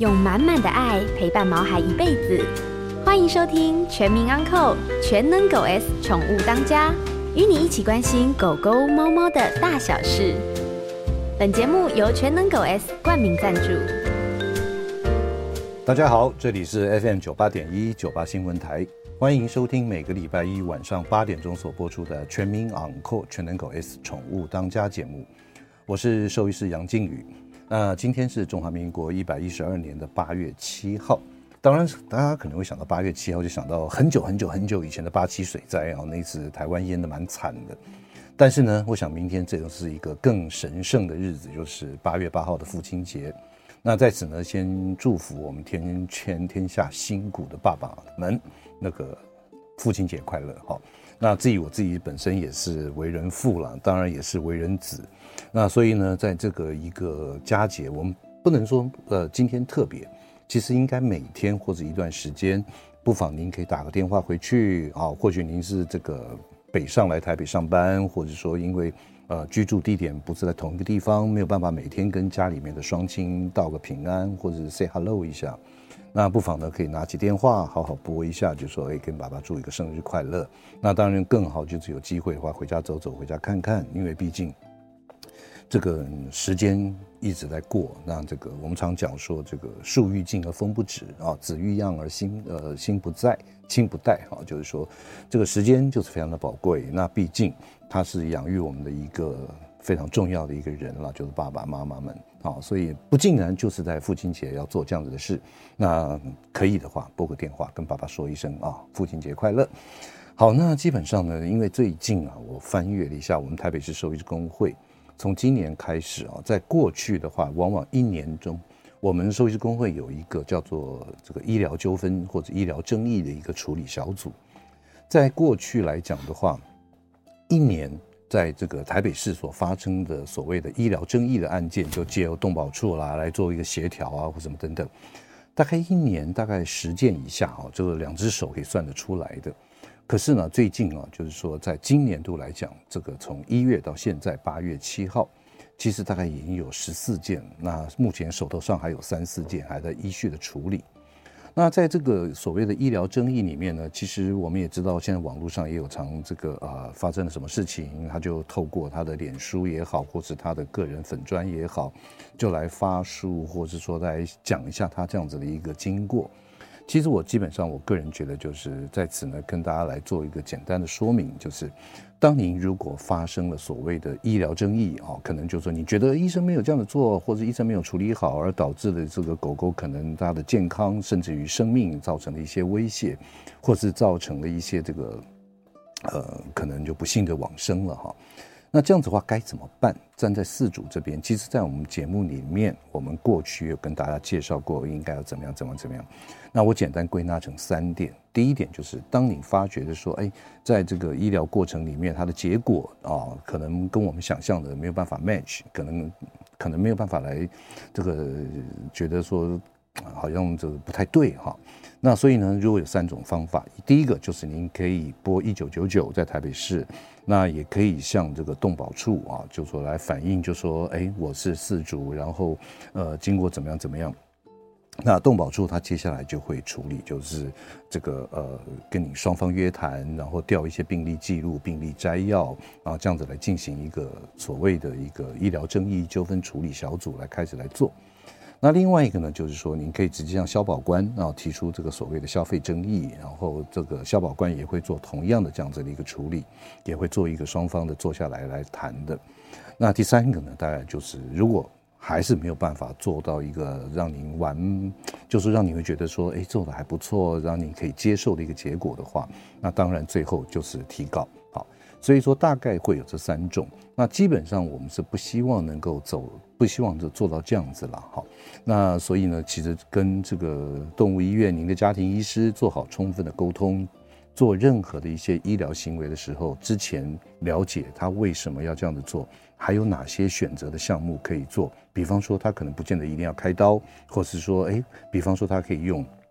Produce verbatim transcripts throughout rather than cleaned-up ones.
用满满的爱陪伴毛孩一辈子。欢迎收听全民安扣全能狗 S 宠物当家，与你一起关心狗狗猫猫的大小事。本节目由全能狗 S 冠名赞助。 大家好，这里是 F M 九十八点一 九十八新闻台，欢迎收听每个礼拜一晚上八点钟所播出的全民昂扣全能狗 S 宠物当家节目。我是兽医师杨靖宇。那今天是中华民国一百一十二年的八月七号。当然大家可能会想到八月七号就想到很久很久很久以前的八七水灾啊，那次台湾淹得蛮惨的。但是呢，我想明天这是一个更神圣的日子，就是八月八号的父亲节。那在此呢，先祝福我们天全天下辛苦的爸爸们那个父亲节快乐哈。那至于我自己本身也是为人父了，当然也是为人子。那所以呢，在这个一个佳节，我们不能说呃今天特别，其实应该每天或者一段时间，不妨您可以打个电话回去啊，或许您是这个北上来台北上班，或者说因为呃居住地点不是在同一个地方，没有办法每天跟家里面的双亲道个平安，或者是 say hello 一下。那不妨呢，可以拿起电话，好好拨一下，就说哎，跟爸爸祝一个生日快乐。那当然更好，就是有机会的话，回家走走，回家看看，因为毕竟这个时间一直在过。那这个我们常讲说，这个树欲静而风不止啊，子欲养而心呃心不在，亲不待啊，就是说这个时间就是非常的宝贵。那毕竟它是养育我们的一个非常重要的一个人了，就是爸爸妈妈们啊，所以不尽然就是在父亲节要做这样子的事。那可以的话，拨个电话跟爸爸说一声啊，父亲节快乐。好，那基本上呢，因为最近啊，我翻阅了一下我们台北市兽医师公会，从今年开始啊，在过去的话，往往一年中，我们兽医师公会有一个叫做这个医疗纠纷或者医疗争议的一个处理小组。在过去来讲的话，一年在这个台北市所发生的所谓的医疗争议的案件，就借由动保处啦来做一个协调啊，或什么等等，大概一年大概十件以下啊，这个两只手可以算得出来的。可是呢，最近啊，就是说在今年度来讲，这个从一月到现在八月七号，其实大概已经有十四件，那目前手头上还有三四件还在依序的处理。那在这个所谓的医疗争议里面呢，其实我们也知道，现在网络上也有常这个呃发生了什么事情，他就透过他的脸书也好，或是他的个人粉专也好，就来发书，或是说来讲一下他这样子的一个经过。其实我基本上我个人觉得，就是在此呢跟大家来做一个简单的说明，就是当您如果发生了所谓的医疗争议啊，可能就是说你觉得医生没有这样的做，或者医生没有处理好，而导致了这个狗狗可能它的健康甚至于生命造成了一些威胁，或是造成了一些这个呃可能就不幸的往生了哈。那这样子的话该怎么办？站在饲主这边，其实在我们节目里面，我们过去有跟大家介绍过应该要怎么样怎么样怎么样。那我简单归纳成三点。第一点就是，当你发觉的说，哎，在这个医疗过程里面，它的结果啊，可能跟我们想象的没有办法 match， 可能可能没有办法来这个觉得说好像这个不太对哈。那所以呢，如果有三种方法，第一个就是您可以拨一九九九在台北市。那也可以向这个动保处啊，就说来反映，就说，哎，我是饲主，然后呃，经过怎么样怎么样，那动保处他接下来就会处理，就是这个呃，跟你双方约谈，然后调一些病历记录、病历摘要，然后这样子来进行一个所谓的一个医疗争议纠纷处理小组来开始来做。那另外一个呢，就是说您可以直接向消保官啊提出这个所谓的消费争议，然后这个消保官也会做同样的这样子的一个处理，也会做一个双方的坐下来来谈的。那第三个呢，大概就是如果还是没有办法做到一个让您完，就是让你会觉得说，哎，做的还不错，让你可以接受的一个结果的话，那当然最后就是提告。好，所以说大概会有这三种。那基本上我们是不希望能够走，不希望就做到这样子了。好，那所以呢，其实跟这个动物医院您的家庭医师做好充分的沟通，做任何的一些医疗行为的时候，之前了解他为什么要这样子做，还有哪些选择的项目可以做。比方说他可能不见得一定要开刀，或是说，哎，比方说他可以用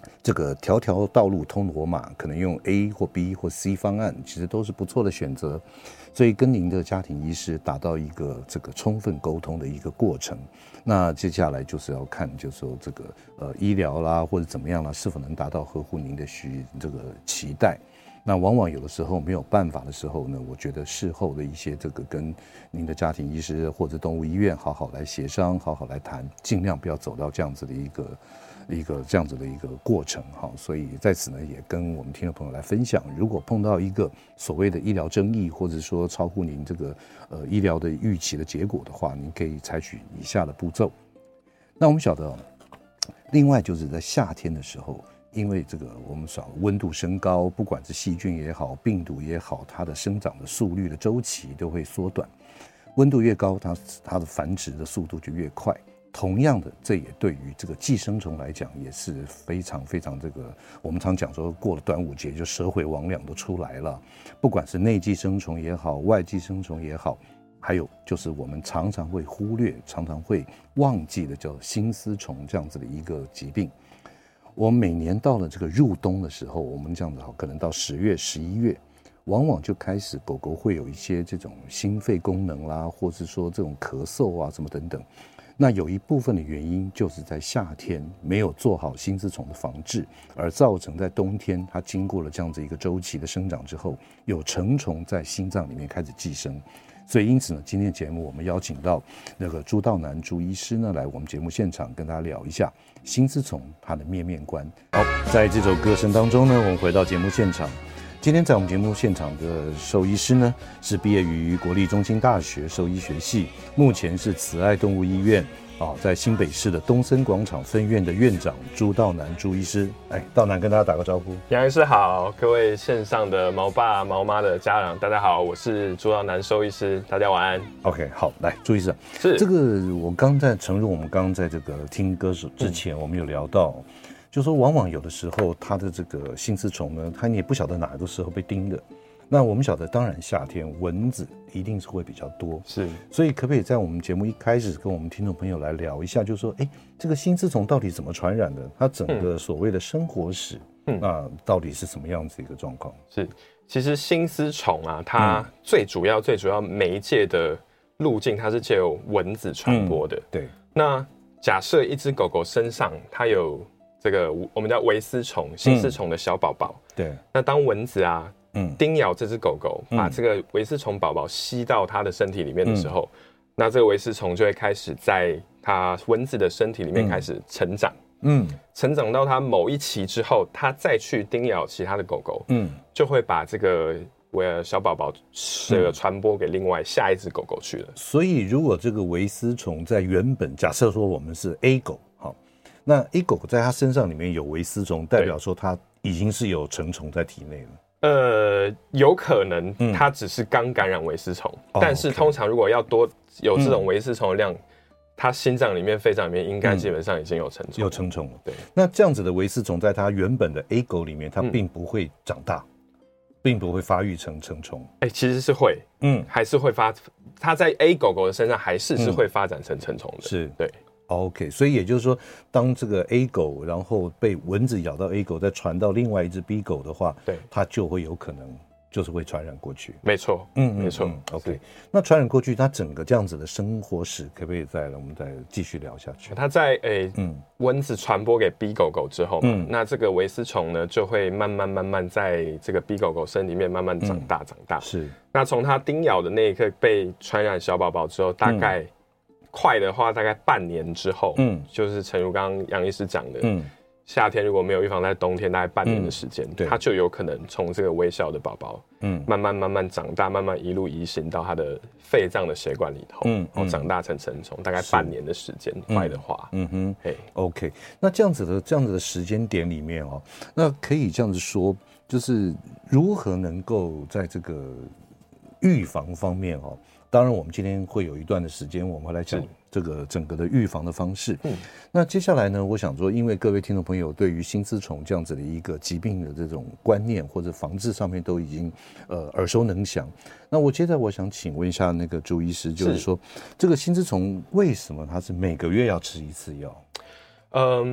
这个条条道路通罗马，可能用 A 或 B 或 C 方案，其实都是不错的选择。所以跟您的家庭医师达到一个这个充分沟通的一个过程。那接下来就是要看，就是说这个呃医疗啦或者怎么样啦，是否能达到合乎您的需这个期待。那往往有的时候没有办法的时候呢，我觉得事后的一些这个跟您的家庭医师或者动物医院好好来协商，好好来谈，尽量不要走到这样子的一个一个这样子的一个过程哈。所以在此呢，也跟我们听众朋友来分享，如果碰到一个所谓的医疗争议，或者说超乎您这个呃医疗的预期的结果的话，您可以采取以下的步骤。那我们晓得，另外就是在夏天的时候，因为这个我们说温度升高，不管是细菌也好，病毒也好，它的生长的速率的周期都会缩短。温度越高，它它的繁殖的速度就越快。同样的，这也对于这个寄生虫来讲也是非常非常这个，我们常讲说过了端午节就蛇回魍魉都出来了，不管是内寄生虫也好，外寄生虫也好，还有就是我们常常会忽略、常常会忘记的叫心丝虫这样子的一个疾病。我们每年到了这个入冬的时候，我们这样子好，可能到十月、十一月，往往就开始狗狗会有一些这种心肺功能啦，或是说这种咳嗽啊什么等等。那有一部分的原因就是在夏天没有做好心丝虫的防治，而造成在冬天它经过了这样子一个周期的生长之后，有成虫在心脏里面开始寄生。所以因此呢，今天节目我们邀请到那个朱道南朱医师呢来我们节目现场跟大家聊一下心丝虫它的面面观。好，在这首歌声当中呢，我们回到节目现场。今天在我们节目现场的兽医师呢，是毕业于国立中兴大学兽医学系，目前是慈爱动物医院啊，在新北市的东森广场分院的院长朱道南朱医师。哎，道南跟大家打个招呼。 杨医师好，各位线上的毛爸毛妈的家长，大家好，我是朱道南兽医师，大家晚安。 OK， 好，来朱医师， 是这个我刚在承认，我们刚刚在这个听歌手之前，我们有聊到。嗯，就说往往有的时候它的这个心丝虫呢，它你也不晓得哪个时候被叮的。那我们晓得，当然夏天蚊子一定是会比较多， 是， 所以可不可以在我们节目一开始跟我们听众朋友来聊一下，就是说，哎，这个心丝虫到底怎么传染的？它整个所谓的生活史，嗯，那到底是什么样子一个状况？ 是，其实心丝虫啊，它最主要、嗯、最主要媒介的路径，它是借由蚊子传播的。嗯、对，那假设一只狗狗身上它有这个我们叫微丝虫、心丝虫的小宝宝、嗯，对，那当蚊子啊，嗯，叮咬这只狗狗，嗯、把这个微丝虫宝宝吸到它的身体里面的时候，嗯、那这个微丝虫就会开始在它蚊子的身体里面开始成长，嗯，成长到它某一期之后，它再去叮咬其他的狗狗，嗯，就会把这个小宝宝这个传播给另外下一只狗狗去了。 所以，如果这个微丝虫在原本假设说我们是 A 狗，好。那 A 狗在它身上里面有微丝虫，代表说它已经是有成虫在体内了。 呃，有可能它只是刚感染微丝虫，嗯、但是通常如果要多有这种微丝虫的量，嗯、它心脏里面、肺脏里面应该基本上已经有成虫， 有成虫了。 对， 那这样子的微丝虫在它原本的 A 狗里面，它并不会长大，嗯、并不会发育成成虫。 哎、欸，其实是会，嗯，还是会发，它在 A 狗狗的身上还是是会发展成成虫的。是，对。 OK， 所以也就是说，当这个 A 狗然后被蚊子咬到 A 狗，再传到另外一只 B 狗的话，对，它就会有可能就是会传染过去。 没错，嗯，没错。 OK， 那传染过去，它整个这样子的生活史，可不可以再我们再继续聊下去？ 它在诶，嗯，蚊子传播给 B 狗狗之后嘛，嗯，那这个微丝虫呢，就会慢慢慢慢在这个 B 狗狗身里面慢慢长大、嗯、长大。是，那从它叮咬的那一刻被传染小宝宝之后，大概、嗯。快的话，大概半年之后，嗯，就是诚如刚刚杨医师讲的，嗯，夏天如果没有预防，在冬天大概半年的时间，嗯、它就有可能从这个微小的宝宝，嗯，慢慢慢慢长大，慢慢一路移行到它的肺脏的血管里头，嗯，然后长大成成虫，大概半年的时间，快的话，嗯哼，嘿 ，OK， 那这样子的这样子的时间点里面哦，那可以这样子说，就是如何能够在这个预防方面哦。当然，我们今天会有一段的时间，我们会来讲这个整个的预防的方式。嗯，那接下来呢，我想说，因为各位听众朋友对于心丝虫这样子的一个疾病的这种观念或者防治上面都已经呃耳熟能详。那我接着我想请问一下那个朱医师，就是说这个心丝虫为什么它是每个月要吃一次药？ 嗯，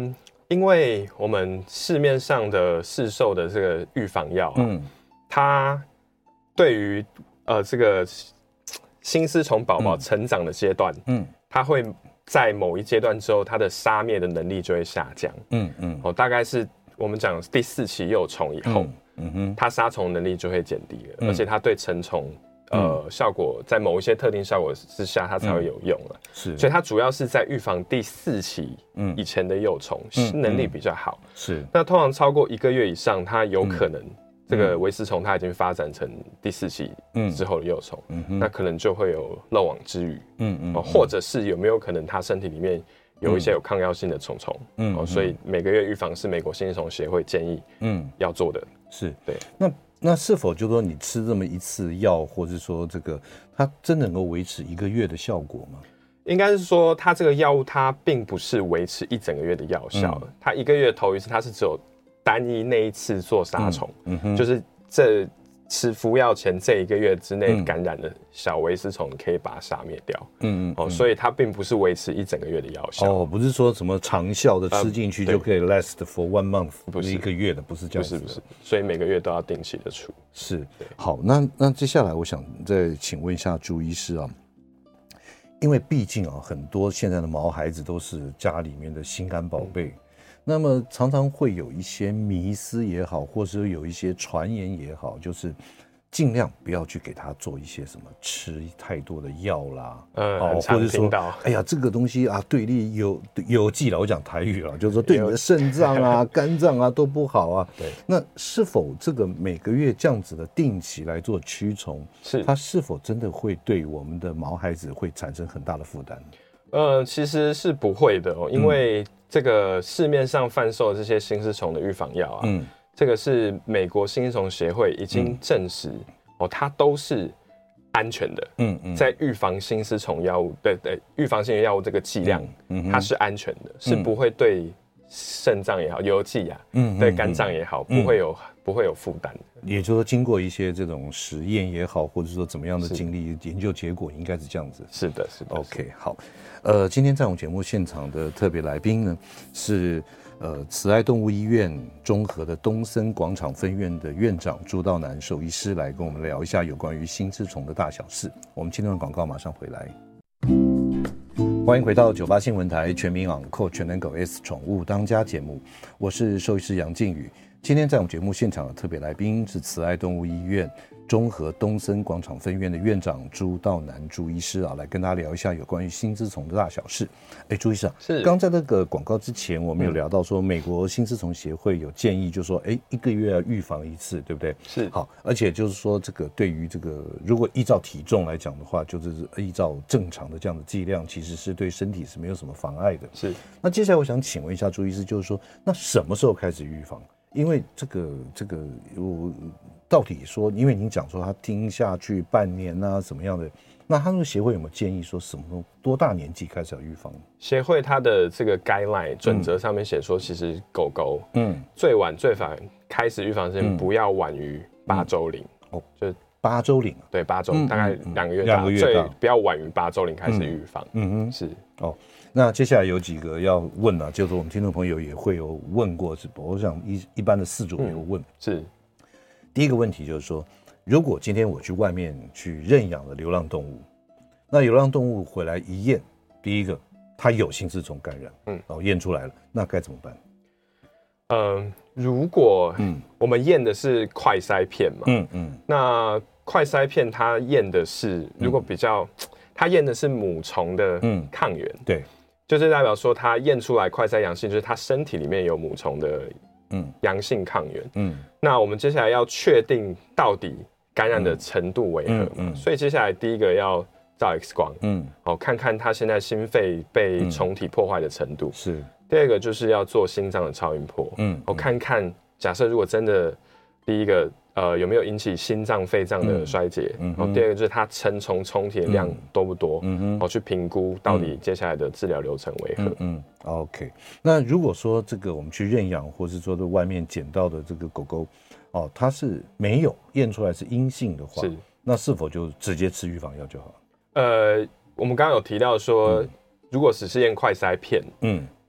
因为我们市面上的市售的这个预防药、啊，嗯，它对于呃这个心丝虫宝宝成长的阶段，嗯，它会在某一阶段之后，它的杀灭的能力就会下降，嗯嗯，哦，大概是我们讲第四期幼虫以后，嗯, 嗯哼，它杀虫能力就会减低了，嗯、而且它对成虫。呃，效果在某一些特定效果之下，它才会有用了。是，所以它主要是在预防第四期以前的幼虫，嗯、能力比较好。是，那通常超过一个月以上，它有可能、嗯、这个微丝虫它已经发展成第四期之后的幼虫，嗯、那可能就会有漏网之鱼。嗯嗯、哦，或者是有没有可能它身体里面有一些有抗药性的虫虫？嗯、哦，所以每个月预防是美国心丝虫协会建议嗯要做的。 是， 对。 那那是否就说你吃这么一次药，或者说这个它真能够维持一个月的效果吗？ 应该是说它这个药物它并不是维持一整个月的药效，嗯、它一个月头一次它是只有单一那一次做杀虫，嗯嗯、就是这吃服药前这一个月之内感染的小微丝虫，你可以把它杀灭掉。嗯嗯，哦，所以它并不是维持一整个月的药效。 哦，不是说什么长效的吃进去就可以 last for one month， 不是一个月的，不是这样子的。 不是不是，所以每个月都要定期的出。 是，好，那那接下来我想再请问一下朱医师啊，因为毕竟啊，很多现在的毛孩子都是家里面的心肝宝贝。嗯，那么常常会有一些迷思也好，或是有一些传言也好，就是尽量不要去给他做一些什么吃太多的药啦， 嗯，哦，或者说， 哎呀，这个东西啊，对你有有剂了，我讲台语了，就是说对你的肾脏啊、肝脏啊都不好啊。对，那是否这个每个月这样子的定期来做驱虫，是它是否真的会对我们的毛孩子会产生很大的负担？ 呃，其实是不会的哦，因为、嗯这个市面上贩售的这些心丝虫的预防药啊，嗯，这个是美国心丝虫协会已经证实、嗯、哦，它都是安全的，嗯嗯，在预防心丝虫药物，对对，预防性的药物这个剂量，嗯嗯，它是安全的，嗯、是不会对肾脏也好、邮寄啊，嗯，对肝脏也好，嗯、不会有不会有负担的。 也就是说，经过一些这种实验也好，或者说怎么样的经历研究结果，应该是这样子。 是的，是的。 OK， 好。呃，今天在我们节目现场的特别来宾呢，是呃慈爱动物医院中和的东森广场分院的院长朱道南兽医师来跟我们聊一下有关于心丝虫的大小事。我们今天的广告马上回来。欢迎回到九八新闻台全民昂扣全能狗 S 宠物当家节目，我是兽医师杨靖宇。今天在我们节目现场的特别来宾是慈爱动物医院中和东森广场分院的院长朱道南朱医师啊，来跟大家聊一下有关于心丝虫的大小事。哎，朱医师啊，是刚在那个广告之前，我们有聊到说，美国心丝虫协会有建议，就是说，哎，一个月要预防一次，对不对？ 是。 好，而且就是说，这个对于这个如果依照体重来讲的话，就是依照正常的这样的剂量，其实是对身体是没有什么妨碍的。 是。 那接下来我想请问一下朱医师，就是说，那什么时候开始预防？因为这个这个我到底说，因为您讲说他听下去半年啊什么样的，那他那个协会有没有建议说什么多大年纪开始要预防？ 协会它的这个 guideline 准则上面写说，其实狗狗嗯最晚最晚开始预防时间不要晚于八周龄、嗯、哦，就八周龄， 对，八周、嗯、大概两个月大，两个月大，最不要晚于八周龄开始预防。嗯嗯，是哦。那接下来有几个要问啊，就是我们听众朋友也会有问过，是我想一一般的饲主也有问、嗯。 是， 第一个问题就是说，如果今天我去外面去认养的流浪动物，那流浪动物回来一验，第一个它有心丝虫感染，嗯，然后验出来了，那该怎么办？ 嗯、呃，如果嗯我们验的是快筛片嘛，嗯嗯，那快筛片它验的是如果比较。嗯它验的是母虫的抗原、嗯，对，就是代表说它验出来快筛阳性，就是它身体里面有母虫的阳性抗原。嗯，那我们接下来要确定到底感染的程度为何嘛、嗯嗯嗯？所以接下来第一个要照 X 光，嗯，哦，看看它现在心肺被虫体破坏的程度。是、嗯。第二个就是要做心脏的超音波，嗯，我、哦、看看假设如果真的第一个。呃，有没有引起心脏、肺脏的衰竭？嗯，然后第二个就是它成虫冲体的量多不多？嗯哼，我去评估到底接下来的治疗流程为何？嗯, 嗯 ，OK。那如果说这个我们去认养，或是说在外面捡到的这个狗狗，哦，它是没有验出来是阴性的话，是那是否就直接吃预防药就好？ 呃，我们刚刚有提到说，嗯、如果只是验快筛片，嗯。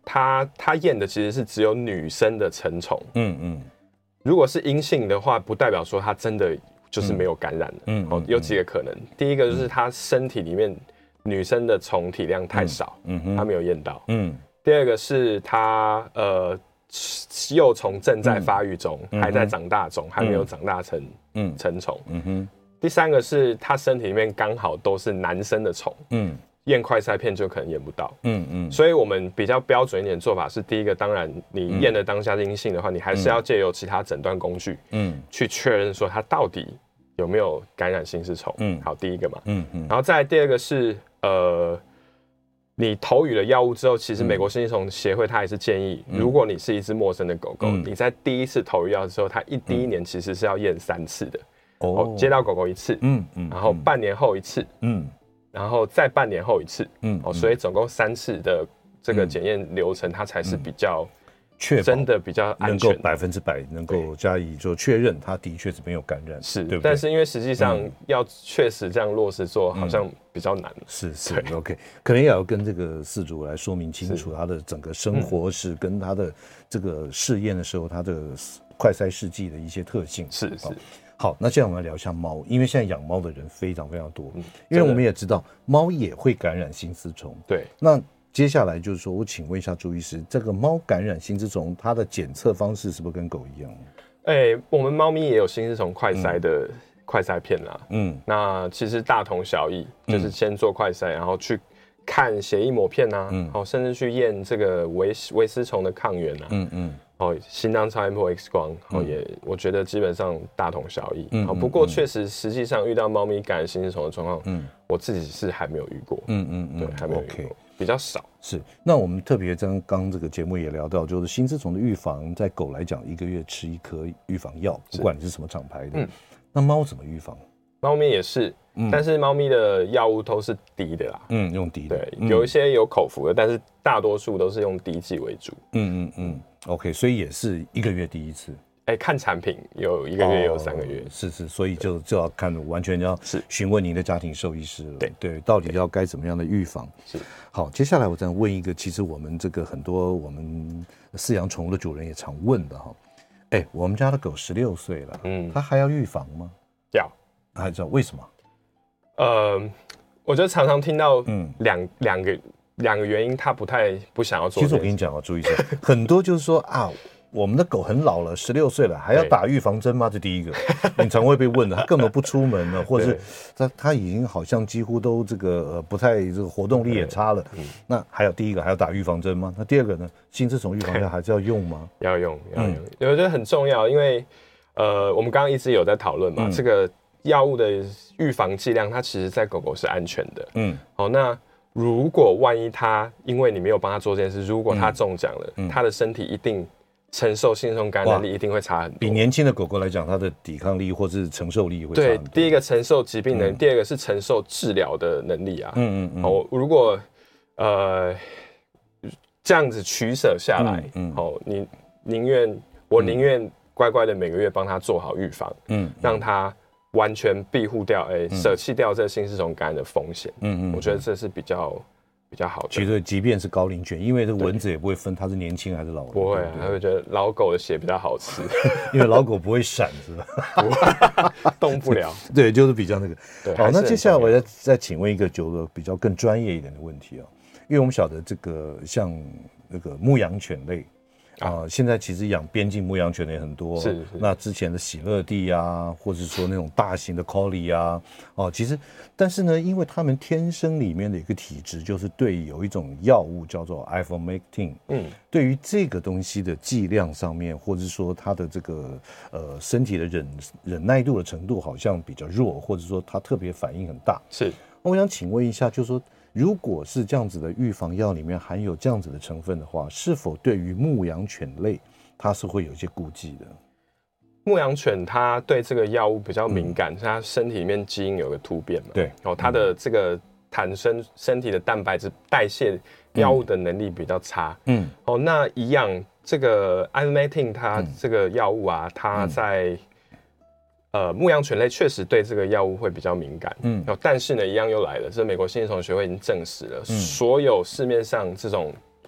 它它验的其实是只有女生的成虫， 嗯嗯， 如果是阴性的话，不代表说它真的就是没有感染的，嗯，哦，有几个可能，第一个就是它身体里面女生的虫体量太少，嗯哼，它没有验到，嗯，第二个是它呃幼虫正在发育中，嗯、还在长大中，嗯、还没有长大成嗯成虫，嗯哼，第三个是它身体里面刚好都是男生的虫，嗯。验快筛片就可能验不到，嗯嗯，所以我们比较标准一点的做法是，第一个，当然你验的当下是阴性的话，你还是要借由其他诊断工具，嗯，去确认说它到底有没有感染心丝虫，嗯，好，第一个嘛，嗯嗯，然后再来第二个是，呃，你投予了药物之后，其实美国心丝虫协会它也是建议，如果你是一只陌生的狗狗，嗯、你在第一次投予药之后，它一第一年其实是要验三次的，哦，接到狗狗一次，嗯嗯，然后半年后一次，嗯。然后再半年后一次，嗯，哦，所以总共三次的这个检验流程，它才是比较确保真的比较安全， 能够百分之百能够加以就确认，它的确是没有感染， 是， 对不对？ 但是因为实际上要确实这样落实做，好像比较难。 是是 ，OK， 可能也要跟这个饲主来说明清楚他的整个生活史跟他的这个试验的时候，他的快筛试剂的一些特性。 是是。 好，那现在我们来聊一下猫，因为现在养猫的人非常非常多，嗯、因为我们也知道猫也会感染心丝虫。 对， 那接下来就是说我请问一下朱医师，这个猫感染心丝虫，它的检测方式是不是跟狗一样？ 哎、欸，我们猫咪也有心丝虫快筛的快筛片啦，嗯，那其实大同小异，就是先做快筛，然后去看血液抹片啊，嗯，好，甚至去验这个微微丝虫的抗原啊，嗯嗯。哦，心脏超音波 X 光，哦也，嗯、我觉得基本上大同小异。嗯，不过确实实际上遇到猫咪感染心丝虫的状况，嗯，我自己是还没有遇过。嗯嗯嗯，对，还没有遇过， okay. 比较少。 是，那我们特别刚刚这个节目也聊到，就是心丝虫的预防，在狗来讲，一个月吃一颗预防药，不管你是什么厂牌的。嗯，那猫怎么预防？ 猫咪也是，嗯、但是猫咪的药物都是滴的啦。嗯， 用滴的。 对，嗯、有一些有口服的，但是大多数都是用滴剂为主。嗯嗯嗯。 OK， 所以也是一个月第一次。 哎、欸，看产品，有一个月，有三个月，哦、 是是，所以就就要看，完全要询问您的家庭兽医师了。对对，到底要该怎么样的预防？是。好，接下来我再问一个，其实我们这个很多我们饲养宠物的主人也常问的哈。哎、欸，我们家的狗十六岁了，嗯，它还要预防吗？ 要。 还知道为什么？ 呃，我觉得常常听到两两个。两个原因，他不太不想要做。 其实我跟你讲啊，注意一下，很多就是说啊，我们的狗很老了，十六岁了，还要打预防针吗？这第一个，你常会被问的，他根本不出门了，或者是他他已经好像几乎都这个呃不太这个活动力也差了。嗯，那还有第一个还要打预防针吗？那第二个呢？心丝虫预防药还是要用吗？ 要用，要用，我觉得很重要，因为呃，我们刚刚一直有在讨论嘛，嗯、这个药物的预防剂量，它其实在狗狗是安全的。嗯，好，那。如果万一他因为你没有帮他做这件事，如果他中奖了，嗯、他的身体一定承受心丝虫感染能力一定会差很多。 比年轻的狗狗来讲，它的抵抗力或是承受力会差很多。 对，第一个承受疾病能力，嗯、第二个是承受治疗的能力啊。嗯嗯嗯。好，如果呃这样子取舍下来，嗯，好，嗯，你宁愿我宁愿乖乖的每个月帮他做好预防，嗯，让他。完全庇护掉，哎、欸，舍弃掉这心丝虫感染的风险。嗯嗯，我觉得这是比较比较好的。 其实，即便是高龄犬，因为这蚊子也不会分它是年轻还是老人。 不会、啊，他会觉得老狗的血比较好吃， 因为老狗不会闪，是吧？ 不会，动不了。 对，就是比较那个。对，好，那接下来我再再请问一个就个比较更专业一点的问题啊，因为我们晓得这个像那个牧羊犬类。啊、呃，现在其实养边境牧羊犬的也很多，是是。那之前的喜乐蒂啊，或者说那种大型的 collie 啊，哦，其实，但是呢，因为他们天生里面的一个体质，就是对有一种药物叫做 ivermectin， 嗯，对于这个东西的剂量上面，或者说它的这个呃身体的忍忍耐度的程度好像比较弱，或者说它特别反应很大。 是， 我想请问一下，就是说。如果是这样子的预防药里面含有这样子的成分的话，是否对于牧羊犬类它是会有一些顾忌的？ 牧羊犬它对这个药物比较敏感，是、嗯、它身体里面基因有个突变嘛？ 对， 哦，它的这个产生身体的蛋白质代谢药物的能力比较差。嗯，哦，那一样，这个 ivermectin 它这个药物啊，嗯、它在、嗯呃，牧羊犬类确实对这个药物会比较敏感，嗯，但是呢，一样又来了，这美国心丝虫学会已经证实了，嗯、所有市面上这种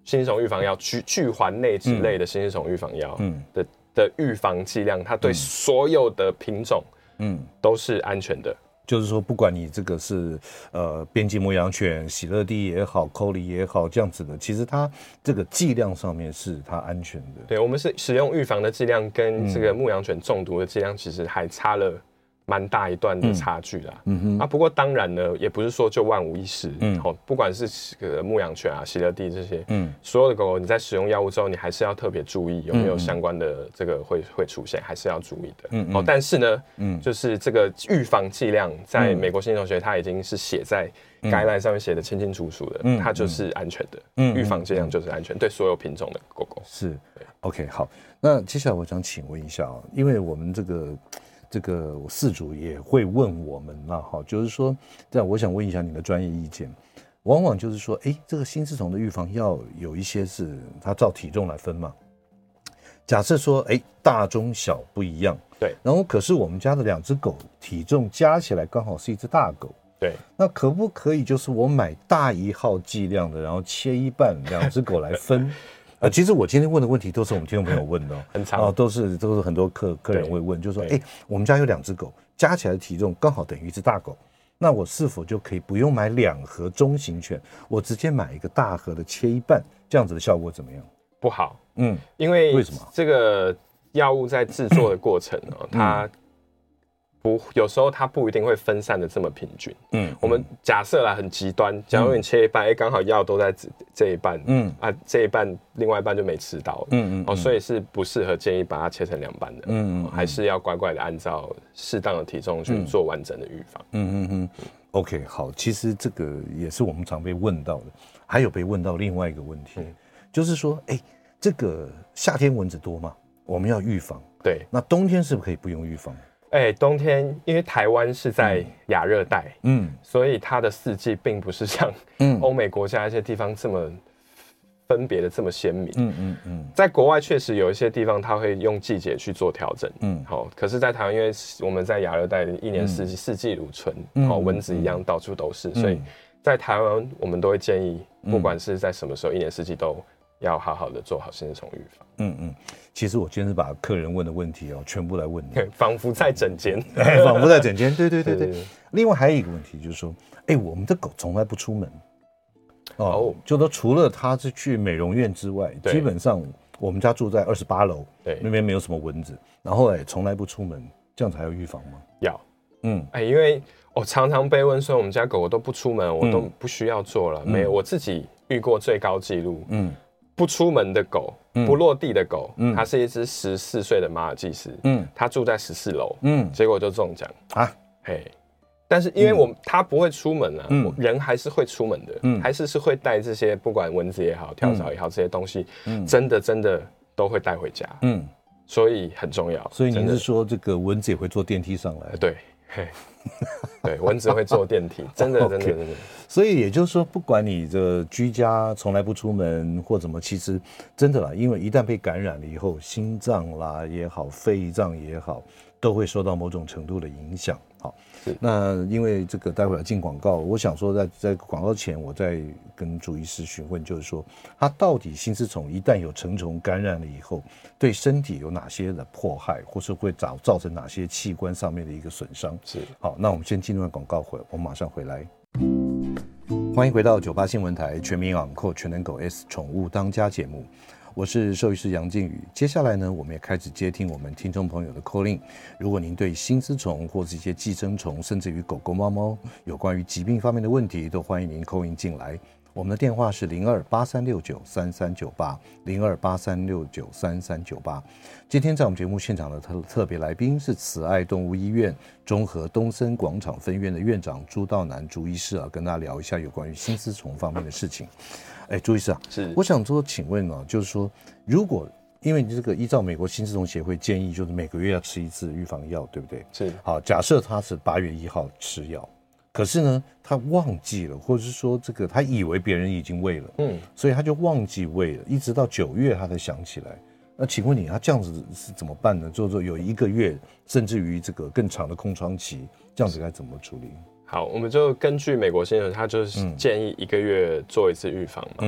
心丝虫预防药、聚聚环内酯类的心丝虫预防药的的预防剂量，它对所有的品种，嗯，都是安全的。 就是说，不管你这个是呃边境牧羊犬、喜乐蒂也好、Collie也好这样子的，其实它这个剂量上面是它安全的。 对，我们是使用预防的剂量跟这个牧羊犬中毒的剂量，其实还差了蛮大一段的差距啦。嗯哼。啊，不过当然呢，也不是说就万无一失。嗯。好，不管是这个牧羊犬啊、喜乐蒂这些，嗯，所有的狗狗，你在使用药物之后，你还是要特别注意有没有相关的这个会会出现，还是要注意的。嗯嗯。哦，但是呢，嗯，就是这个预防剂量，在美国心理学它已经是写在guideline上面写的清清楚楚的，嗯，它就是安全的。嗯。预防剂量就是安全，对所有品种的狗狗。 是。OK， 好，那接下来我想请问一下啊，因为我们这个。这个饲主也会问我们啦，哈，就是说，这样我想问一下你的专业意见。往往就是说，哎，这个心丝虫的预防药有一些是它照体重来分嘛。假设说，哎，大中小不一样， 对。 然后可是我们家的两只狗体重加起来刚好是一只大狗， 对。 那可不可以就是我买大一号剂量的，然后切一半，两只狗来分？呃，其实我今天问的问题都是我们听众朋友问的、哦， 很长哦，都是都是很多客客人会问，就是说，哎，我们家有两只狗，加起来的体重刚好等于一只大狗，那我是否就可以不用买两盒中型犬，我直接买一个大盒的切一半，这样子的效果怎么样？ 不好，嗯，因为为什么这个药物在制作的过程哦，它不有时候它不一定会分散的这么平均。嗯，我们假设啦，很极端，假如你切一半，哎、嗯，刚好药都在这这一半，嗯啊，这一半另外一半就没吃到了，嗯嗯，哦，所以是不适合建议把它切成两半的，嗯嗯、哦，还是要乖乖的按照适当的体重去做完整的预防。 嗯嗯嗯 ，OK， 好，其实这个也是我们常被问到的，还有被问到另外一个问题，嗯、就是说，哎，这个夏天蚊子多嘛，我们要预防， 对， 那冬天是不是可以不用预防？ 哎、欸，冬天因为台湾是在亚热带，嗯，所以它的四季并不是像欧美国家一些地方这么分别的这么鲜明，嗯嗯嗯，在国外确实有一些地方它会用季节去做调整，嗯，好，可是，在台湾因为我们在亚热带，一年四季、嗯、四季如春，好、嗯，蚊子一样到处都是，嗯、所以在台湾我们都会建议，不管是在什么时候，一年四季都要好好的做好心丝虫预防。 嗯嗯，其实我今天是把客人问的问题哦，全部来问你， 仿佛在诊间， 仿佛在诊间，对对对 对, 對。另外还有一个问题就是说，哎，我们的狗从来不出门，哦，哦就说除了它是去美容院之外，基本上我们家住在二十八楼，对，那边没有什么蚊子，然后哎从来不出门，这样子还要预防吗？ 要，嗯，哎，因为我常常被问说我们家狗狗都不出门，我都不需要做了，嗯、没有，我自己遇过最高纪录，嗯。不出门的狗，嗯、不落地的狗，嗯、它是一只十四岁的马尔济斯，嗯，它住在十四楼，嗯，结果就中奖啊，嘿，但是因为我、嗯、它不会出门啊，嗯、人还是会出门的，嗯，还是是会带这些不管蚊子也好、跳蚤也好、嗯、这些东西，嗯，真的真的都会带回家，嗯，所以很重要。 所以您是说这个蚊子也会坐电梯上来？ 对。嘿，对，蚊子会坐电梯，真的，真的，真的。 所以也就是说，不管你的居家从来不出门或怎么，其实真的啦，因为一旦被感染了以后，心脏啦也好，肺脏也好，都会受到某种程度的影响。好，那因为这个待会儿进广告，我想说在在广告前，我再跟朱医师询问，就是说，它到底心丝虫一旦有成虫感染了以后，对身体有哪些的迫害，或是会造造成哪些器官上面的一个损伤？ 是。 好，那我们先进入广告会，我们马上回来。欢迎回到九八新闻台全民昂扣全能狗 S 宠物当家节目。我是兽医师杨靖宇，接下来呢，我们也开始接听我们听众朋友的 call in。如果您对心丝虫或是一些寄生虫，甚至于狗狗、猫猫有关于疾病方面的问题，都欢迎您 call in 进来。我们的电话是零二八三六九三三九八零二八三六九三三九八。今天在我们节目现场的特特别来宾是慈爱动物医院中和东森广场分院的院长朱道南朱医师啊，跟大家聊一下有关于心丝虫方面的事情。哎，朱医师啊， 是， 我想说，请问啊，就是说，如果因为你这个依照美国心丝虫协会建议，就是每个月要吃一次预防药，对不对？ 是。 好，假设他是八月一号吃药，可是呢，他忘记了，或者是说这个他以为别人已经喂了，嗯，所以他就忘记喂了，一直到九月他才想起来。那请问你，他这样子是怎么办呢？就是说有一个月，甚至于这个更长的空窗期，这样子该怎么处理？ 好，我们就根据美国心理，他就是建议一个月做一次预防嘛。嗯，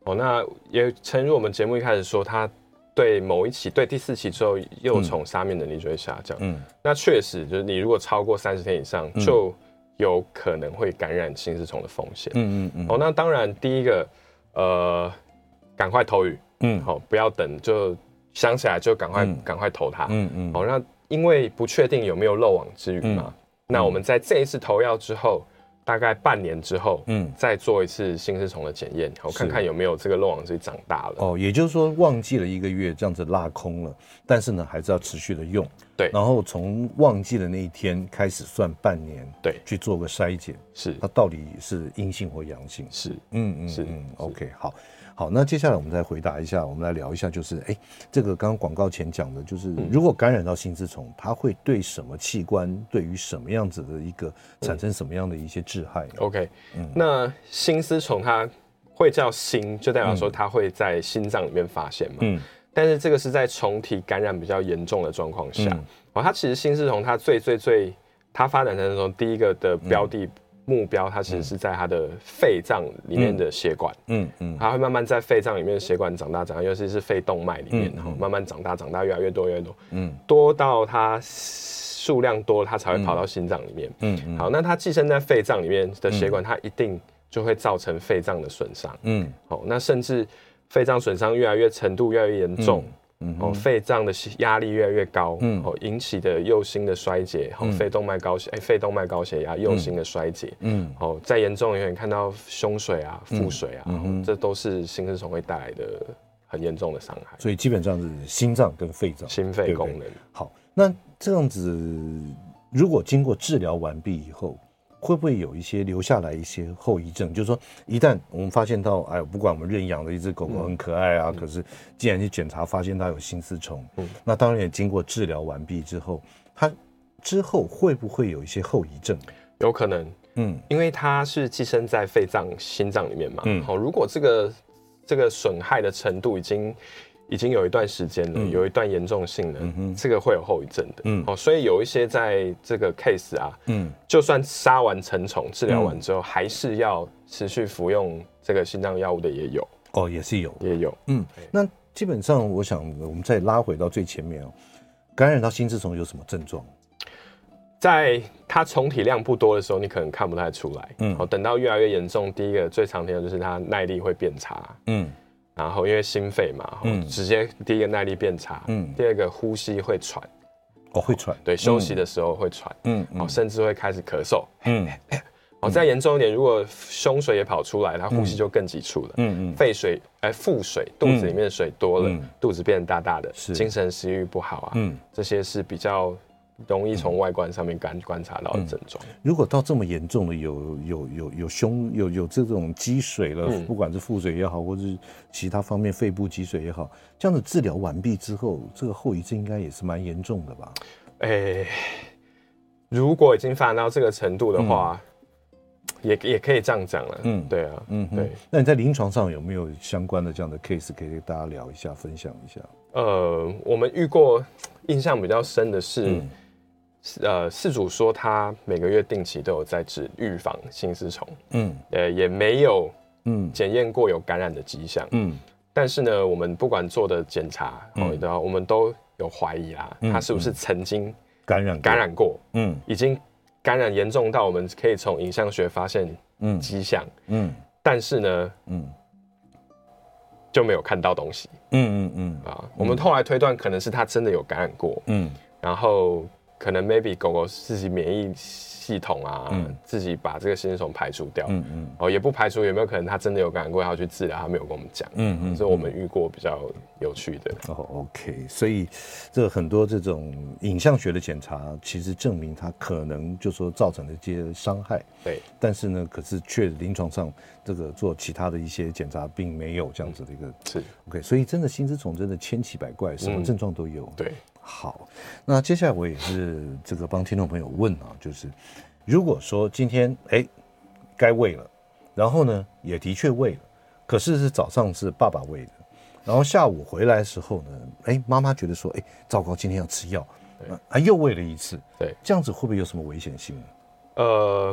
哦，那也诚如我们节目一开始说，它对某一期，对第四期之后，幼虫杀灭能力就会下降。嗯，那确实就是你如果超过三十天以上，嗯、就有可能会感染心丝虫的风险。嗯嗯嗯。哦，那当然，第一个，呃，赶快投予。嗯，好、哦，不要等，就想起来就赶快赶、嗯、快投它。嗯嗯。好、哦，那因为不确定有没有漏网之鱼嘛，嗯、那我们在这一次投药之后。大概半年之后，嗯，再做一次心丝虫的检验，然后看看有没有这个漏网之鱼长大了。 哦，也就是说忘记了一个月这样子落空了，但是呢还是要持续的用。 对， 然后从忘记的那一天开始算半年， 对， 去做个筛检， 是它到底是阴性或阳性。 是， 嗯嗯是嗯 ，OK， 好。好，那接下来我们再回答一下，我们来聊一下，就是哎，这个刚刚广告前讲的，就是如果感染到心丝虫，它会对什么器官，对于什么样子的一个产生什么样的一些致害、 嗯、？OK，、嗯、那心丝虫它会叫心，就代表说它会在心脏里面发现嘛。嗯。但是这个是在虫体感染比较严重的状况下，嗯、哦，它其实心丝虫它最最最它发展成中第一个的标的。嗯目标它其实是在它的肺脏里面的血管，嗯嗯，它会慢慢在肺脏里面的血管长大长大，尤其是肺动脉里面，然后、嗯、慢慢长大长大，越来越多越来越多，嗯，多到它数量多，它才会跑到心脏里面，嗯嗯，好，那它寄生在肺脏里面的血管，它一定就会造成肺脏的损伤，嗯，好，那甚至肺脏损伤越来越程度越来越严重。嗯嗯、哦，肺脏的压力越来越高，嗯、哦，引起的右心的衰竭，哦，嗯、肺动脉高血，哎，肺动脉高血压，右心的衰竭，嗯，哦，再严重一点，看到胸水啊、腹水啊，嗯哦、这都是心丝虫会带来的很严重的伤害。 所以基本上是心脏跟肺脏、 心肺功能。对对好，那这样子，如果经过治疗完毕以后，会不会有一些留下来一些后遗症？就是说，一旦我们发现到，哎，不管我们认养的一只狗狗很可爱啊，嗯、可是既然去检查发现它有心丝虫，嗯，那当然也经过治疗完毕之后，它之后会不会有一些后遗症？ 有可能，嗯，因为它是寄生在肺脏、心脏里面嘛，嗯，好，如果这个这个损害的程度已经。已经有一段时间了，嗯、有一段严重性了，嗯、这个会有后遗症的。嗯，哦，所以有一些在这个 case 啊，嗯，就算杀完成虫、治疗完之后，嗯、还是要持续服用这个心脏药物的也有。 哦，也是有， 也有。 嗯，那基本上我想，我们再拉回到最前面哦，感染到心丝虫有什么症状？ 在它虫体量不多的时候，你可能看不太出来。嗯，好，等到越来越严重，第一个最常听的就是它耐力会变差。嗯。然后因为心肺嘛，嗯、直接第一个耐力变差，嗯，第二个呼吸会喘， 哦会喘， 对，休息的时候会喘，嗯，哦甚至会开始咳嗽，嗯，哦再严重一点，如果胸水也跑出来，它呼吸就更急促了，嗯嗯，肺水哎腹水，肚子里面的水多了，嗯、肚子变得大大的，是精神食欲不好啊，嗯，这些是比较。容易从外观上面观观察到的症状、嗯。 如果到这么严重的有有有有胸有有这种积水了，嗯、不管是腹水也好，或是其他方面肺部积水也好，这样子治疗完毕之后，这个后遗症应该也是蛮严重的吧？ 哎、欸，如果已经发展到这个程度的话，嗯、也也可以这样讲了。嗯，对啊，嗯对。 那你在临床上有没有相关的这样的 case 可以跟大家聊一下、分享一下？ 呃，我们遇过印象比较深的是。嗯呃，饲主说他每个月定期都有在治预防心丝虫，嗯，呃，也没有嗯检验过有感染的迹象，嗯，但是呢，我们不管做的检查，哦，嗯、我们都有怀疑啦，嗯、他是不是曾经感染感染过，嗯，已经感染严重到我们可以从影像学发现迹象，嗯，嗯但是呢，嗯，就没有看到东西，嗯嗯嗯啊，我们后来推断可能是他真的有感染过，嗯，然后。可能 maybe 狗狗自己免疫系统啊，嗯、自己把这个心丝虫排除掉，嗯嗯，哦，也不排除有没有可能它真的有感染过，它要去治疗，它没有跟我们讲，嗯嗯，这是我们遇过比较有趣的。 哦 ，OK， 所以这很多这种影像学的检查，其实证明它可能就说造成了一些伤害， 对， 但是呢，可是却临床上这个做其他的一些检查，并没有这样子的一个、嗯、 是 OK， 所以真的心丝虫真的千奇百怪，什么症状都有， 嗯、对。 好，那接下来我也是这个帮听众朋友问啊，就是如果说今天哎该喂了，然后呢也的确喂了，可是是早上是爸爸喂的，然后下午回来的时候呢，哎妈妈觉得说哎糟糕，今天要吃药，啊又喂了一次， 对， 这样子会不会有什么危险性呢？ 呃，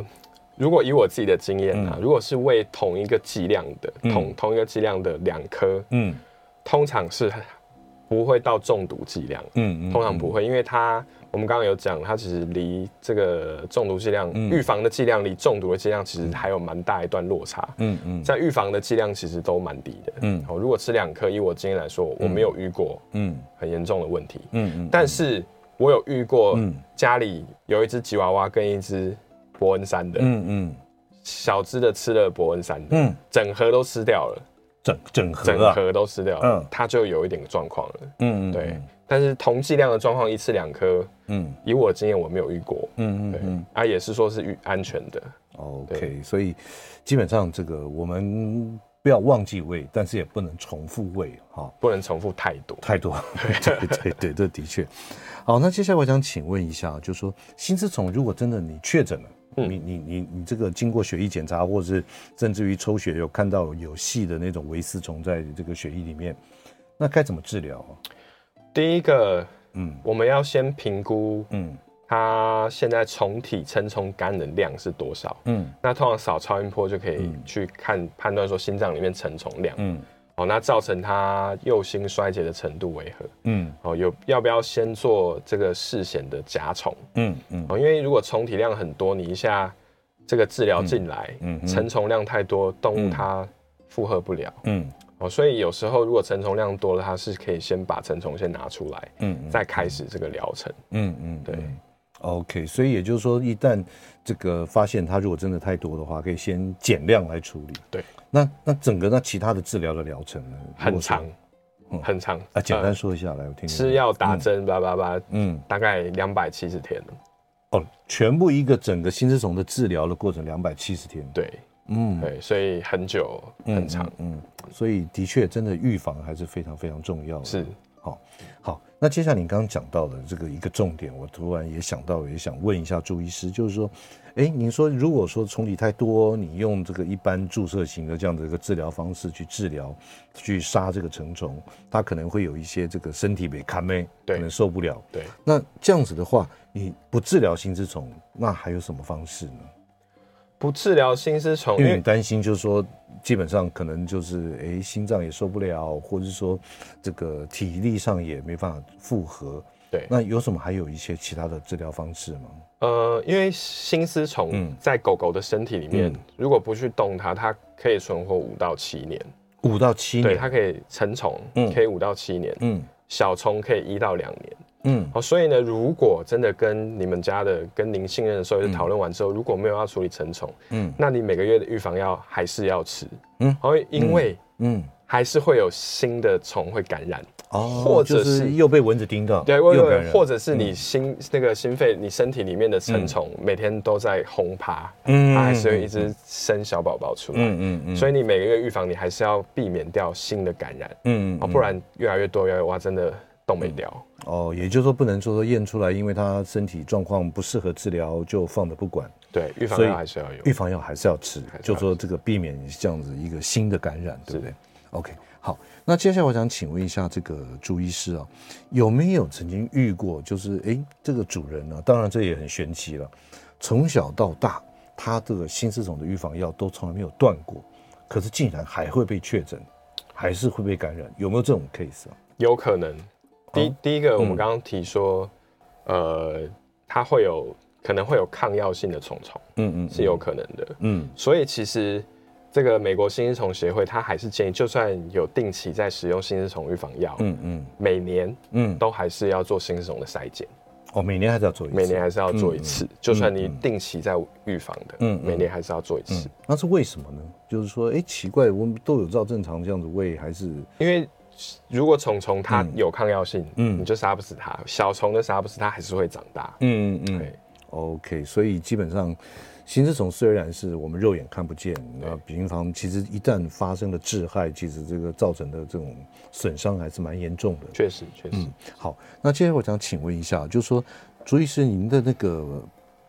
如果以我自己的经验啊，嗯、如果是喂同一个剂量的，嗯、同同一个剂量的两颗，嗯，通常是不会到中毒剂量，嗯嗯，通常不会，因为它我们刚刚有讲，它其实离这个中毒剂量、预、嗯、防的剂量离中毒的剂量其实还有蛮大一段落差，嗯嗯，在预防的剂量其实都蛮低的，嗯，哦，如果吃两颗，以我经验来说，我没有遇过，嗯，很严重的问题，嗯嗯，但是我有遇过，家里有一只吉娃娃跟一只伯恩山的，嗯嗯，小只的吃了伯恩山的，嗯，整盒都吃掉了。 整整盒、啊、 整盒都吃掉了，嗯，它就有一点状况了，嗯嗯，对。嗯、但是同剂量的状况，一次两颗，嗯，以我的经验我没有遇过，嗯嗯对嗯，啊也是说是安全的 ，OK， 所以基本上这个我们不要忘记喂，但是也不能重复喂，哈， 不能重复太多太多，对对对对，这的确。好，那接下来我想请问一下，就是说心丝虫如果真的你确诊了。你你你你这个经过血液检查，或者是甚至于抽血有看到有细的那种微丝虫在这个血液里面，那该怎么治疗啊？ 第一个，嗯，我们要先评估，嗯，它现在虫体成虫感染量是多少？嗯，那通常扫超音波就可以去看、嗯、判断说心脏里面成虫量，嗯。哦，那造成它右心衰竭的程度为何？嗯，哦，有要不要先做这个事前的甲虫？嗯嗯，哦，因为如果虫体量很多，你一下这个治疗进来，嗯，成虫量太多，动物它负荷不了，嗯，哦，所以有时候如果成虫量多了，它是可以先把成虫先拿出来，嗯，再开始这个疗程，嗯嗯，对。 OK， 所以也就是说，一旦这个发现它如果真的太多的话，可以先减量来处理。 对， 那那整个那其他的治疗的疗程呢？ 很长，嗯、很长啊。简单说一下、呃、来，我听听。 吃药打针，叭叭叭，嗯，大概两百七十天。 哦，全部一个整个心丝虫的治疗的过程两百七十天。 对，嗯，对，所以很久，很长， 嗯，嗯嗯所以的确，真的预防还是非常非常重要的。 是。 好，好，那接下来你刚刚讲到的这个一个重点，我突然也想到，也想问一下朱医师，就是说，哎，您说如果说虫体太多，你用这个一般注射型的这样的一个治疗方式去治疗，去杀这个成虫，它可能会有一些这个身体被卡妹，可能受不了。 对， 那这样子的话，你不治疗心丝虫，那还有什么方式呢？ 不治疗心丝虫， 因为你担心就是说，基本上可能就是哎，心脏也受不了，或者是说这个体力上也没办法负荷。 对， 那有什么还有一些其他的治疗方式吗？ 呃，因为心丝虫在狗狗的身体里面，嗯、如果不去动它，它可以存活五到七年。 五到七年， 对，它可以成虫，嗯、可以五到七年。嗯，小虫可以一到两年。嗯，好，所以呢，如果真的跟你们家的、跟您信任的兽医师讨论完之后，嗯、如果没有要处理成虫，嗯，那你每个月的预防药还是要吃，嗯，好，因为，嗯，还是会有新的虫会感染， 哦，或者是、就是、又被蚊子叮到， 对，又感染，或者是你心、嗯、那个心肺、你身体里面的成虫、嗯、每天都在轰趴，嗯，它还是会一直生小宝宝出来，嗯嗯嗯，所以你每个月预防，你还是要避免掉新的感染，嗯嗯，不然越来越多，越来越哇，真的。动没掉、 嗯、哦，也就是说不能说说验出来，因为他身体状况不适合治疗就放着不管。 对，预防药还是要有， 预防药还是要吃，就说这个避免这样子一个新的感染，对不对 ？OK， 好，那接下来我想请问一下这个朱医师啊，有没有曾经遇过，就是哎，这个主人呢、啊，当然这也很玄奇了，从小到大他这个心丝虫的预防药都从来没有断过，可是竟然还会被确诊，还是会被感染，有没有这种 case 啊？ 有可能。第、哦、第一个，我们刚刚提说，嗯、呃，它会有可能会有抗药性的虫虫，嗯嗯，是有可能的，嗯，所以其实这个美国心丝虫协会，它还是建议，就算有定期在使用心丝虫预防药，嗯嗯，每年，嗯，都还是要做心丝虫的筛检。 哦，每年还是要做一次， 每年还是要做一次，嗯、就算你定期在预防的，嗯，每年还是要做一次。嗯、 那是为什么呢？就是说，哎，奇怪，我们都有照正常这样子喂，还是因为。如果虫虫它有抗药性，嗯，你就杀不死它；小虫的杀不死它，还是会长大。嗯嗯对 ，OK， 所以基本上，心丝虫虽然是我们肉眼看不见，那平常其实一旦发生了致害，其实这个造成的这种损伤还是蛮严重的。 确实，确实、嗯。 好，那接下来我想请问一下，就是说，朱医师，您的那个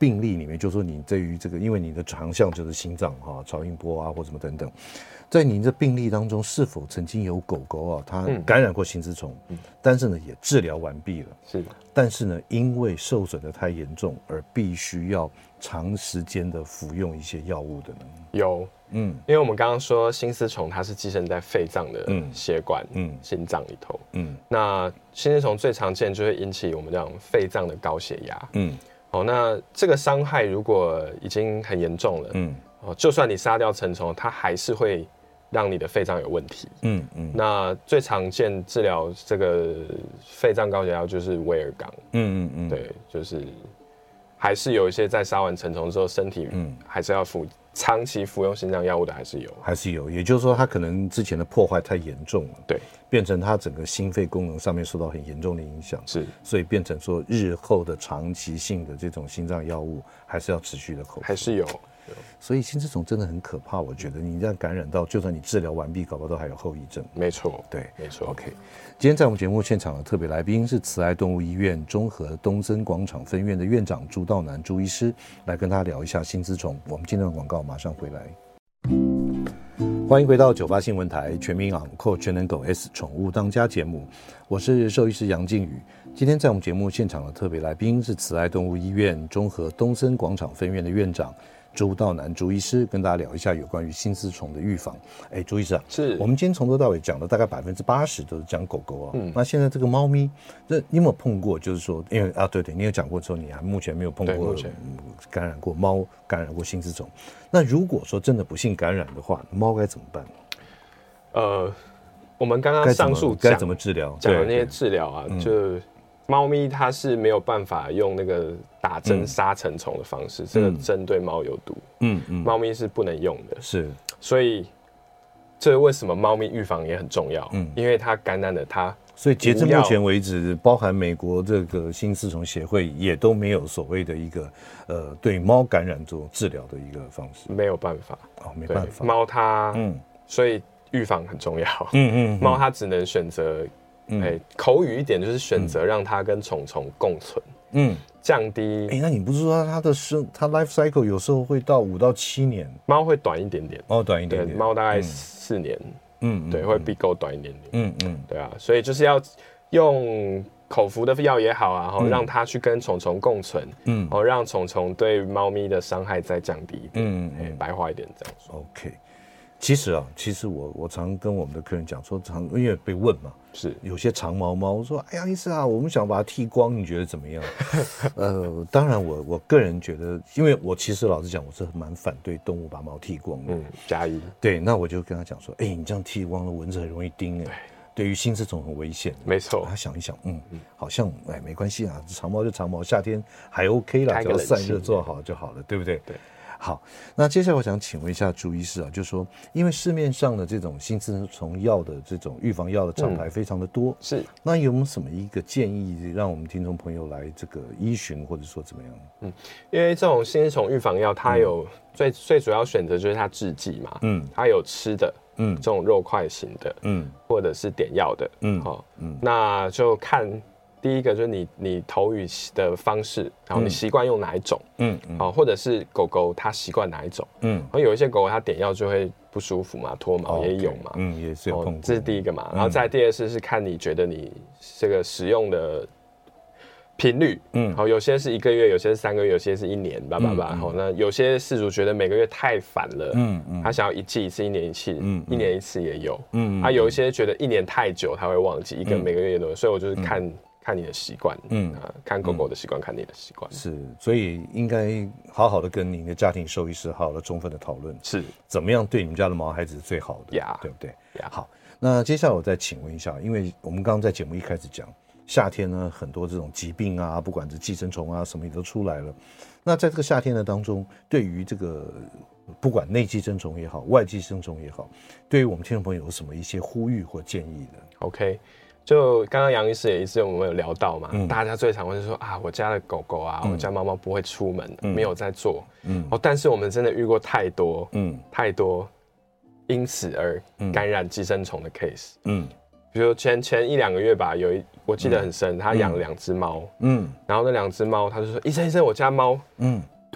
病例里面，就是说你对于这个，因为你的长项就是心脏哈、超音波啊或什么等等，在您的病例当中，是否曾经有狗狗啊，它感染过心丝虫，嗯、但是呢也治疗完毕了， 是， 但是呢因为受损的太严重而必须要长时间的服用一些药物的呢？ 有，嗯，因为我们刚刚说心丝虫它是寄生在肺脏的血管、嗯、心脏里头，嗯，那心丝虫最常见就会引起我们这种肺脏的高血压，嗯，哦，那这个伤害如果已经很严重了，嗯，哦，就算你杀掉成虫，它还是会让你的肺脏有问题，嗯嗯，那最常见治疗这个肺脏高血压就是威尔刚，嗯嗯嗯，对，就是还是有一些在杀完成虫之后，身体嗯还是要服长期服用心脏药物的，还是有， 还是有，也就是说，它可能之前的破坏太严重了， 对， 变成它整个心肺功能上面受到很严重的影响， 是， 所以变成说日后的长期性的这种心脏药物还是要持续的口服， 还是有。 所以心丝虫真的很可怕，我觉得你这样感染到，就算你治疗完毕，搞不好都还有后遗症。 没错， 对， 没错。 OK， 今天在我们节目现场的特别来宾是慈爱动物医院中和东森广场分院的院长朱道南朱医师，来跟他聊一下心丝虫。我们今天的广告马上回来。欢迎回到九八新闻台全民昂扣全能狗 S 宠物当家节目，我是兽医师杨靖宇。今天在我们节目现场的特别来宾是慈爱动物医院中和东森广场分院的院长朱道南朱医师，跟大家聊一下有关于心丝虫的预防。哎，朱医师啊， 是我们今天从头到尾讲的大概百分之八十都是讲狗狗啊。嗯，那现在这个猫咪，这你有没有碰过？就是说，因为啊，对对，你有讲过之后，你还目前没有碰过、嗯、感染过猫感染过心丝虫。那如果说真的不幸感染的话，猫该怎么办？ 呃，我们刚刚上述该怎么治疗讲的那些治疗啊，就猫咪它是没有办法用那个打针杀成虫的方式，嗯、这个针对猫有毒，嗯嗯，猫咪是不能用的， 是， 所以这为什么猫咪预防也很重要，嗯，因为它感染了它， 所以截至目前为止，包含美国这个心丝虫协会也都没有所谓的一个呃对猫感染做治疗的一个方式， 没有办法， 哦，没办法， 猫它，嗯，所以预防很重要，嗯嗯，猫它只能选择。哎、欸，口语一点就是选择让它跟虫虫共存，嗯，降低。 哎、欸，那你不是说它的生它 life cycle 有时候会到五到七年？ 猫会短一点点， 猫短一点点， 猫大概四年，嗯，对，会比狗短一点点，嗯嗯，对啊，所以就是要用口服的药也好啊，然后让它去跟虫虫共存，嗯，然后让虫虫对猫咪的伤害再降低一点，嗯嗯，欸、白话一点这样说。 OK。其实啊，其实我我常跟我们的客人讲说，常因为被问嘛， 是有些长毛猫，我说，哎呀，医师啊，我们想把它剃光，你觉得怎么样？呃，当然我我个人觉得，因为我其实老实讲，我是蛮反对动物把毛剃光的。 嗯，加一。 对，那我就跟他讲说，哎、欸，你这样剃光了，蚊子很容易叮哎、欸，对于心丝虫很危险。 没错。 他想一想，嗯，好像哎没关系啊，长毛就长毛，夏天还 OK 啦，只要散热做好就好了，对不对？ 对。 好，那接下来我想请问一下朱医师啊，就是说，因为市面上的这种心丝虫药的这种预防药的厂牌非常的多， 嗯、是， 那有没有什么一个建议，让我们听众朋友来这个依循，或者说怎么样？ 嗯，因为这种心丝虫预防药，它有最、嗯、最主要选择就是它制剂嘛，嗯，它有吃的，嗯，这种肉块型的，嗯，或者是点药的，嗯，好、哦，嗯，那就看。第一个就是你你投语的方式，然后你习惯用哪一种，嗯，好、嗯，或者是狗狗它习惯哪一种，嗯，然后有一些狗狗它点药就会不舒服嘛，脱毛也有嘛，哦 okay, 嗯，也是有碰过、哦， 这是第一个嘛，然后再第二次是看你觉得你这个使用的频率，嗯，好，有些是一个月，有些是三个月，有些是一年，叭叭叭，好，那有些饲主觉得每个月太烦了，嗯嗯，他想要一季一次，一年一次，嗯，一年一次也有，嗯，啊，有一些觉得一年太久他会忘记，一个每个月都有，所以我就是看。嗯看你的习惯，嗯、呃，看狗狗的习惯，嗯、看你的习惯， 是，所以应该好好的跟您的家庭兽医师好好的充分的讨论， 是怎么样对你们家的毛孩子是最好的， yeah, 对不对？ yeah. 好，那接下来我再请问一下，因为我们刚刚在节目一开始讲，夏天呢很多这种疾病啊，不管是寄生虫啊什么也都出来了，那在这个夏天的当中，对于这个不管内寄生虫也好，外寄生虫也好，对于我们听众朋友有什么一些呼吁或建议呢 ？OK。就刚刚杨医师也一直我们有聊到嘛，嗯、大家最常会说啊，我家的狗狗啊，嗯、我家猫猫不会出门，嗯、没有在做，嗯，哦，但是我们真的遇过太多，嗯，太多因此而感染寄生虫的 case，嗯，比如前前一两个月吧，有一我记得很深，嗯、他养了两只猫，嗯，然后那两只猫他就说，医生医生，我家猫，嗯，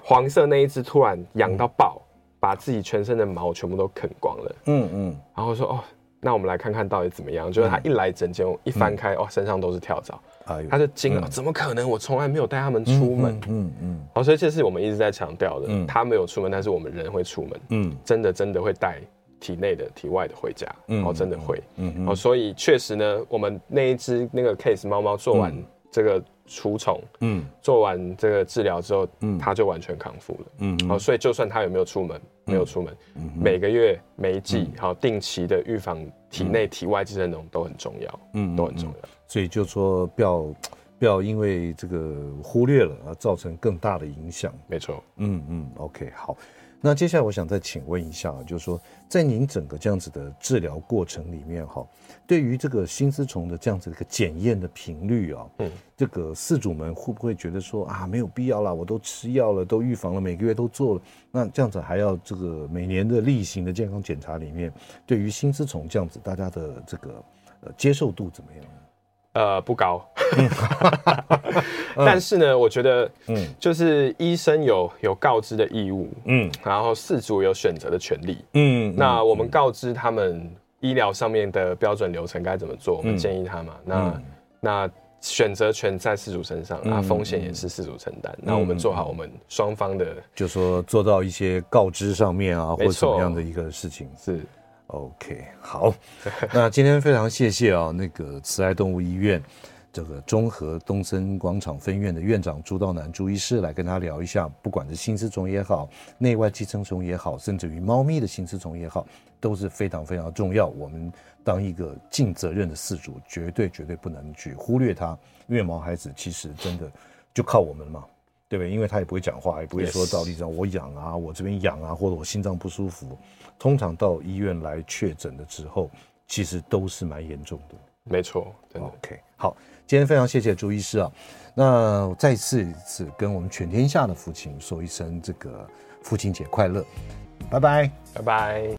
黄色那一只突然痒到爆，嗯、把自己全身的毛全部都啃光了。嗯嗯，然后说哦，那我们来看看到底怎么样。就是他一来诊间，一翻开，嗯、哦，身上都是跳蚤。他就惊了，嗯、怎么可能？我从来没有带他们出门。嗯嗯，嗯好，所以这是我们一直在强调的。嗯、他没有出门，但是我们人会出门。嗯，真的真的会带体内的、体外的回家。嗯，哦，真的会。嗯嗯，哦，所以确实呢，我们那一只那个 case 猫猫做完这个除虫，嗯，做完这个治疗之后，嗯，它就完全康复了。嗯，好，所以就算它有没有出门，没有出门，嗯、每个月、每一季，好，定期的预防体内、体外寄生虫都很重要。嗯，都很重要。 所以就说不要不要因为这个忽略了而造成更大的影响。 没错， 嗯嗯 ，OK， 好。那接下来我想再请问一下，就是说在您整个这样子的治疗过程里面哈，对于这个心丝虫的这样子的一个检验的频率啊，嗯，这个饲主们会不会觉得说啊没有必要啦，我都吃药了，都预防了，每个月都做了，那这样子还要这个每年的例行的健康检查里面，对于心丝虫这样子大家的这个呃接受度怎么样？ 呃，不高，但是呢，我觉得，嗯，就是医生有有告知的义务，嗯，然后饲主有选择的权利，嗯，那我们告知他们医疗上面的标准流程该怎么做，我们建议他嘛，那、嗯、那选择权在饲主身上，那、嗯、风险也是饲主承担，嗯、那我们做好我们双方的， 就说做到一些告知上面啊，或怎么样的一个事情是。 OK， 好，那今天非常谢谢啊，那个慈爱动物医院这个中和东森广场分院的院长朱道南朱医师来跟他聊一下，不管是心丝虫也好，内外寄生虫也好，甚至于猫咪的心丝虫也好，都是非常非常重要。我们当一个尽责任的饲主，绝对绝对不能去忽略它，因为毛孩子其实真的就靠我们嘛。对不对？因为他也不会讲话，也不会说到地上我痒啊，我这边痒啊，或者我心脏不舒服。通常到医院来确诊了之后，其实都是蛮严重的。 没错，真的。 OK， 好，今天非常谢谢朱医师啊。那再次一次跟我们全天下的父亲说一声这个父亲节快乐，拜拜， 拜拜。